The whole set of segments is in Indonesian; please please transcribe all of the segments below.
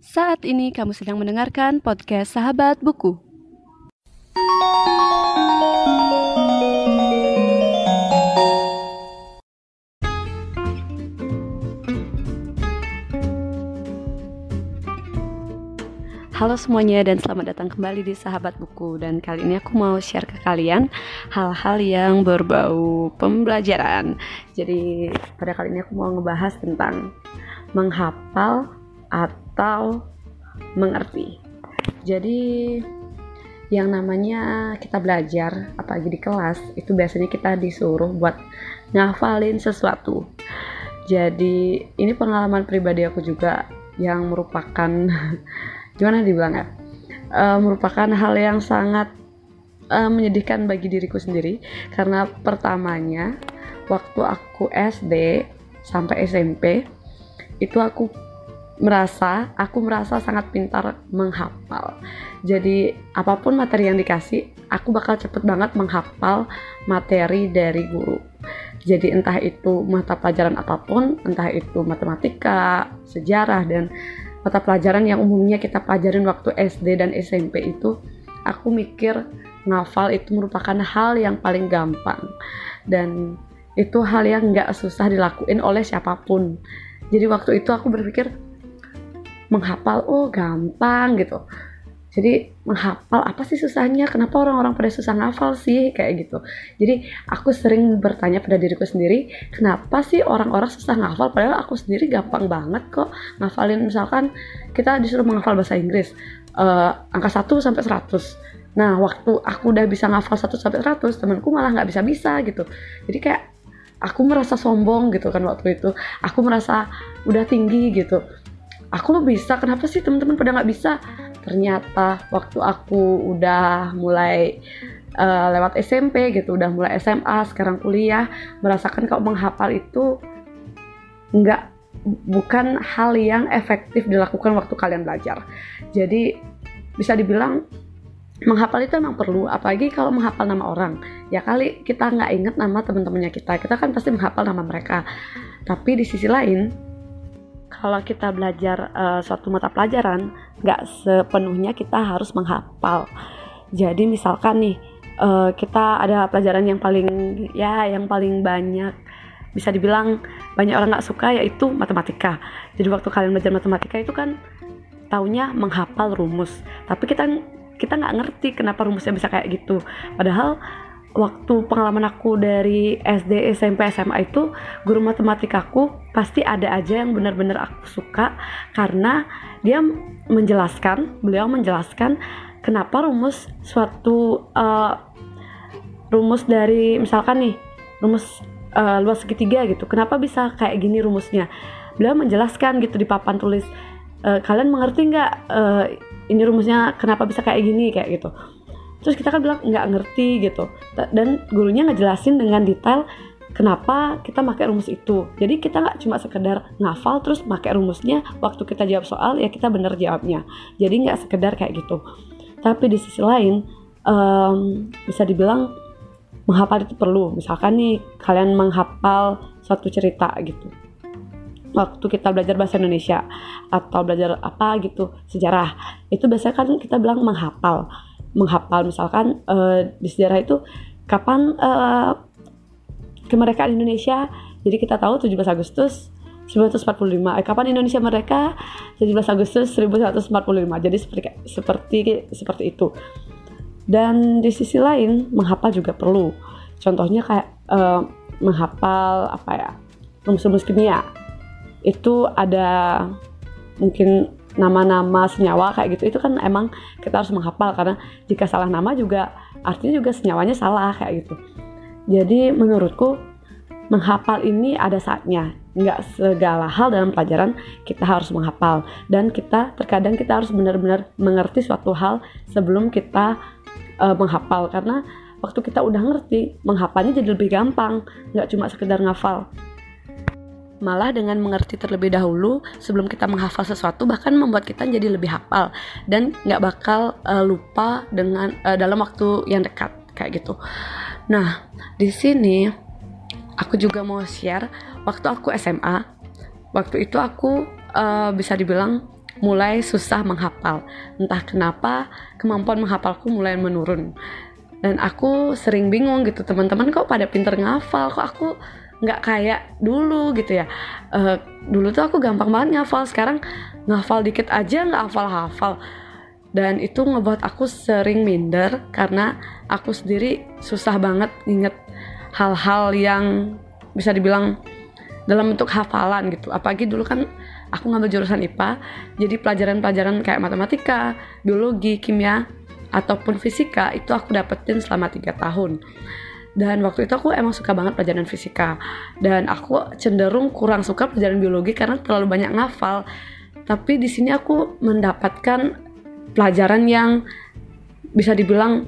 Saat ini kamu sedang mendengarkan podcast Sahabat Buku. Halo semuanya dan selamat datang kembali di Sahabat Buku. Dan kali ini aku mau share ke kalian hal-hal yang berbau pembelajaran. Jadi pada kali ini aku mau ngebahas tentang menghafal atau mengerti. Jadi yang namanya kita belajar apalagi di kelas itu biasanya kita disuruh buat ngafalin sesuatu. Jadi ini pengalaman pribadi aku juga yang merupakan gimana dibilang merupakan hal yang sangat menyedihkan bagi diriku sendiri, karena pertamanya waktu aku SD sampai SMP itu aku merasa sangat pintar menghafal. Jadi apapun materi yang dikasih, aku bakal cepet banget menghafal materi dari guru. Jadi entah itu mata pelajaran apapun, entah itu matematika, sejarah, dan mata pelajaran yang umumnya kita pelajarin waktu SD dan SMP itu, aku mikir ngafal itu merupakan hal yang paling gampang. Dan itu hal yang gak susah dilakuin oleh siapapun. Jadi waktu itu aku berpikir menghafal, gampang gitu. Jadi menghafal apa sih susahnya? Kenapa orang-orang pada susah ngafal sih? Kayak gitu. Jadi aku sering bertanya pada diriku sendiri, kenapa sih orang-orang susah ngafal? Padahal aku sendiri gampang banget kok ngafalin. Misalkan kita disuruh menghafal bahasa Inggris, angka 1 sampai 100. Nah, waktu aku udah bisa ngafal 1 sampai 100, temanku malah nggak bisa gitu. Jadi kayak aku merasa sombong gitu kan waktu itu. Aku merasa udah tinggi gitu. Aku lo bisa, kenapa sih teman-teman pada nggak bisa? Ternyata waktu aku udah mulai lewat SMP gitu, udah mulai SMA, sekarang kuliah, merasakan kalau menghafal itu bukan hal yang efektif dilakukan waktu kalian belajar. Jadi bisa dibilang menghafal itu emang perlu, apalagi kalau menghafal nama orang. Ya kali kita nggak inget nama teman-temannya kita kan pasti menghafal nama mereka. Tapi di sisi lain, kalau kita belajar suatu mata pelajaran, nggak sepenuhnya kita harus menghafal. Jadi misalkan nih, kita ada pelajaran yang paling banyak, bisa dibilang banyak orang nggak suka, yaitu matematika. Jadi waktu kalian belajar matematika itu kan taunya menghafal rumus, tapi kita nggak ngerti kenapa rumusnya bisa kayak gitu. Padahal waktu pengalaman aku dari SD, SMP, SMA itu, guru matematikaku pasti ada aja yang benar-benar aku suka, karena beliau menjelaskan kenapa rumus dari misalkan nih rumus luas segitiga gitu, kenapa bisa kayak gini rumusnya. Beliau menjelaskan gitu di papan tulis, kalian mengerti nggak ini rumusnya kenapa bisa kayak gini, kayak gitu. Terus kita kan bilang nggak ngerti gitu, dan gurunya ngejelasin dengan detail kenapa kita pakai rumus itu. Jadi kita nggak cuma sekedar ngafal terus pakai rumusnya, waktu kita jawab soal ya kita bener jawabnya. Jadi nggak sekedar kayak gitu. Tapi di sisi lain bisa dibilang menghafal itu perlu. Misalkan nih kalian menghafal suatu cerita gitu, waktu kita belajar bahasa Indonesia atau belajar apa gitu, sejarah, itu biasanya kan kita bilang menghafal misalkan di sejarah itu kapan kemerdekaan Indonesia. Jadi kita tahu 17 Agustus 1945. Kapan Indonesia merdeka? 17 Agustus 1945. Jadi seperti itu. Dan di sisi lain menghafal juga perlu. Contohnya kayak menghafal rumus-rumus kimia. Itu ada mungkin nama-nama senyawa kayak gitu, itu kan emang kita harus menghafal, karena jika salah nama juga artinya juga senyawanya salah kayak gitu. Jadi menurutku menghafal ini ada saatnya, nggak segala hal dalam pelajaran kita harus menghafal, dan terkadang kita harus benar-benar mengerti suatu hal sebelum kita menghafal, karena waktu kita udah ngerti, menghafalnya jadi lebih gampang, nggak cuma sekedar ngafal. Malah dengan mengerti terlebih dahulu sebelum kita menghafal sesuatu, bahkan membuat kita jadi lebih hafal dan nggak bakal lupa dalam waktu yang dekat kayak gitu. Nah, di sini aku juga mau share waktu aku SMA. Waktu itu aku bisa dibilang mulai susah menghafal. Entah kenapa kemampuan menghafalku mulai menurun. Dan aku sering bingung gitu, teman-teman kok pada pinter ngafal, kok aku nggak kayak dulu gitu ya. Dulu tuh aku gampang banget ngafal, sekarang ngafal dikit aja nggak hafal-hafal. Dan itu ngebuat aku sering minder karena aku sendiri susah banget inget hal-hal yang bisa dibilang dalam bentuk hafalan gitu. Apalagi dulu kan aku ngambil jurusan IPA, jadi pelajaran-pelajaran kayak matematika, biologi, kimia, ataupun fisika itu aku dapetin selama 3 tahun. Dan waktu itu aku emang suka banget pelajaran fisika, dan aku cenderung kurang suka pelajaran biologi karena terlalu banyak ngafal. Tapi di sini aku mendapatkan pelajaran yang bisa dibilang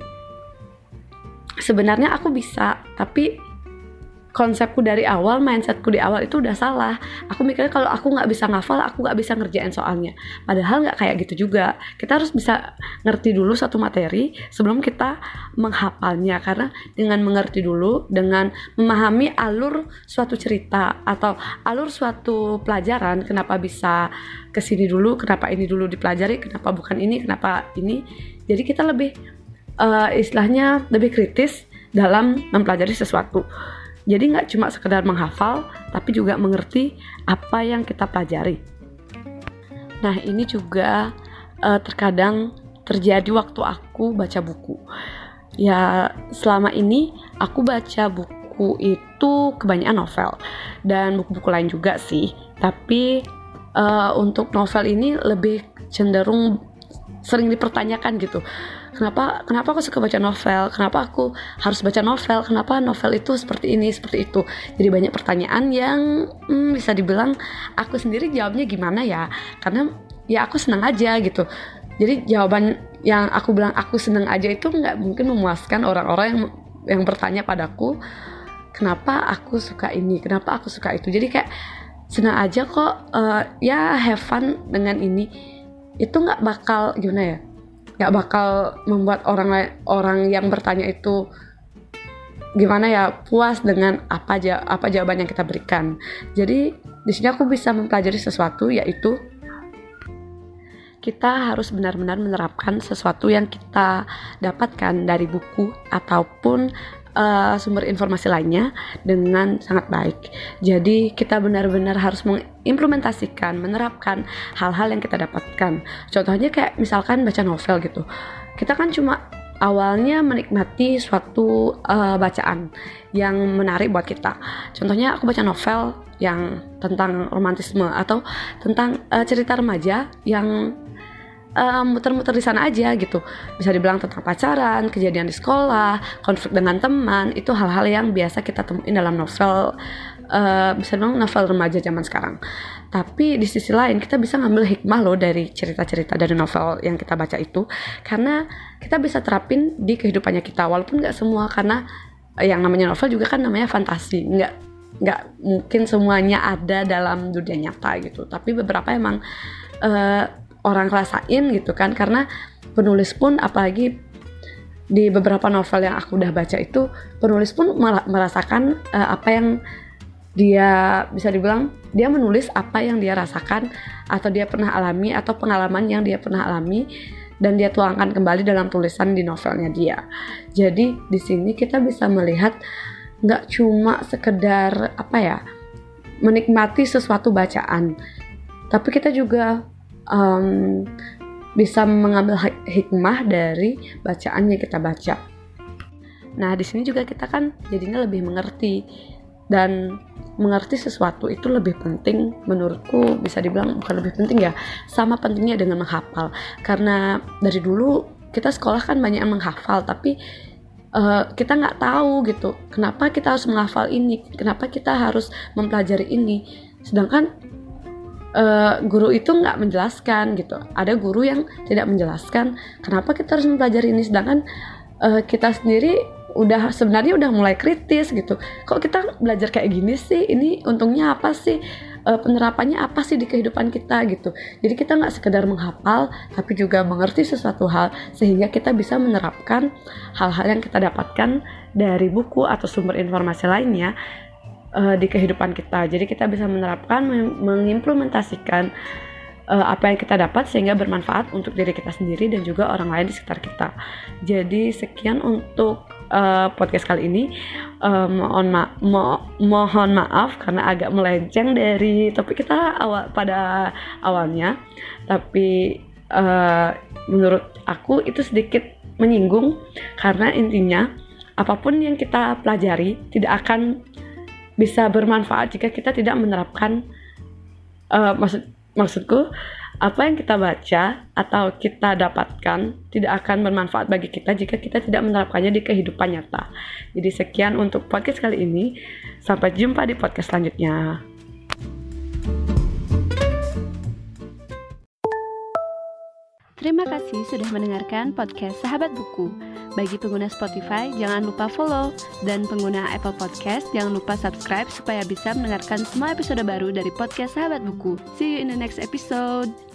sebenarnya aku bisa, tapi konsepku dari awal, mindsetku di awal itu udah salah. Aku mikirnya kalau aku nggak bisa ngafal, aku nggak bisa ngerjain soalnya. Padahal nggak kayak gitu juga. Kita harus bisa ngerti dulu satu materi sebelum kita menghafalnya. Karena dengan mengerti dulu, dengan memahami alur suatu cerita atau alur suatu pelajaran, kenapa bisa kesini dulu, kenapa ini dulu dipelajari, kenapa bukan ini, kenapa ini. Jadi kita lebih istilahnya lebih kritis dalam mempelajari sesuatu. Jadi nggak cuma sekedar menghafal, tapi juga mengerti apa yang kita pelajari. Nah, ini juga terkadang terjadi waktu aku baca buku. Ya, selama ini aku baca buku itu kebanyakan novel dan buku-buku lain juga sih. Tapi untuk novel ini lebih cenderung sering dipertanyakan gitu. Kenapa aku suka baca novel? Kenapa aku harus baca novel? Kenapa novel itu seperti ini, seperti itu? Jadi banyak pertanyaan yang bisa dibilang aku sendiri jawabnya gimana ya? Karena ya aku senang aja gitu. Jadi jawaban yang aku bilang aku senang aja itu nggak mungkin memuaskan orang-orang yang bertanya padaku, kenapa aku suka ini? Kenapa aku suka itu? Jadi kayak senang aja kok, ya have fun dengan ini. Itu nggak bakal gimana ya? Gak bakal membuat orang yang bertanya itu gimana ya, puas dengan apa jawaban yang kita berikan. Jadi di sini aku bisa mempelajari sesuatu, yaitu kita harus benar-benar menerapkan sesuatu yang kita dapatkan dari buku ataupun sumber informasi lainnya dengan sangat baik. Jadi kita benar-benar harus mengimplementasikan, menerapkan hal-hal yang kita dapatkan. Contohnya kayak misalkan baca novel gitu. Kita kan cuma awalnya menikmati suatu bacaan yang menarik buat kita. Contohnya aku baca novel yang tentang romantisme atau tentang cerita remaja yang muter-muter di sana aja gitu. Bisa dibilang tentang pacaran, kejadian di sekolah, konflik dengan teman. Itu hal-hal yang biasa kita temuin dalam novel, bisa dibilang novel remaja zaman sekarang. Tapi di sisi lain kita bisa ngambil hikmah loh dari cerita-cerita dari novel yang kita baca itu, karena kita bisa terapin di kehidupannya kita. Walaupun gak semua, karena yang namanya novel juga kan namanya fantasi, nggak mungkin semuanya ada dalam dunia nyata gitu. Tapi beberapa emang orang rasain gitu kan, karena penulis pun, apalagi di beberapa novel yang aku udah baca itu, penulis pun merasakan apa yang dia, bisa dibilang dia menulis apa yang dia rasakan atau dia pernah alami, atau pengalaman yang dia pernah alami, dan dia tuangkan kembali dalam tulisan di novelnya dia. Jadi di sini kita bisa melihat nggak cuma sekedar menikmati sesuatu bacaan, tapi kita juga bisa mengambil hikmah dari bacaan yang kita baca. Nah, di sini juga kita kan jadinya lebih mengerti, dan mengerti sesuatu itu lebih penting menurutku, bisa dibilang bukan lebih penting ya, sama pentingnya dengan menghafal. Karena dari dulu kita sekolah kan banyak yang menghafal, tapi kita nggak tahu gitu kenapa kita harus menghafal ini, kenapa kita harus mempelajari ini, sedangkan guru itu nggak menjelaskan gitu. Ada guru yang tidak menjelaskan kenapa kita harus mempelajari ini, sedangkan kita sendiri sebenarnya udah mulai kritis gitu. Kok kita belajar kayak gini sih? Ini untungnya apa sih? Penerapannya apa sih di kehidupan kita gitu. Jadi kita nggak sekedar menghafal, tapi juga mengerti sesuatu hal, sehingga kita bisa menerapkan hal-hal yang kita dapatkan dari buku atau sumber informasi lainnya di kehidupan kita. Jadi kita bisa menerapkan, mengimplementasikan apa yang kita dapat sehingga bermanfaat untuk diri kita sendiri dan juga orang lain di sekitar kita. Jadi sekian untuk podcast kali ini. Mohon maaf karena agak melenceng dari topik kita pada awalnya, tapi menurut aku itu sedikit menyinggung karena intinya apapun yang kita pelajari tidak akan bisa bermanfaat jika kita tidak menerapkan. Maksudku, apa yang kita baca atau kita dapatkan tidak akan bermanfaat bagi kita jika kita tidak menerapkannya di kehidupan nyata. Jadi sekian untuk podcast kali ini. Sampai jumpa di podcast selanjutnya. Terima kasih sudah mendengarkan podcast Sahabat Buku. Bagi pengguna Spotify, jangan lupa follow. Dan pengguna Apple Podcast, jangan lupa subscribe supaya bisa mendengarkan semua episode baru dari podcast Sahabat Buku. See you in the next episode.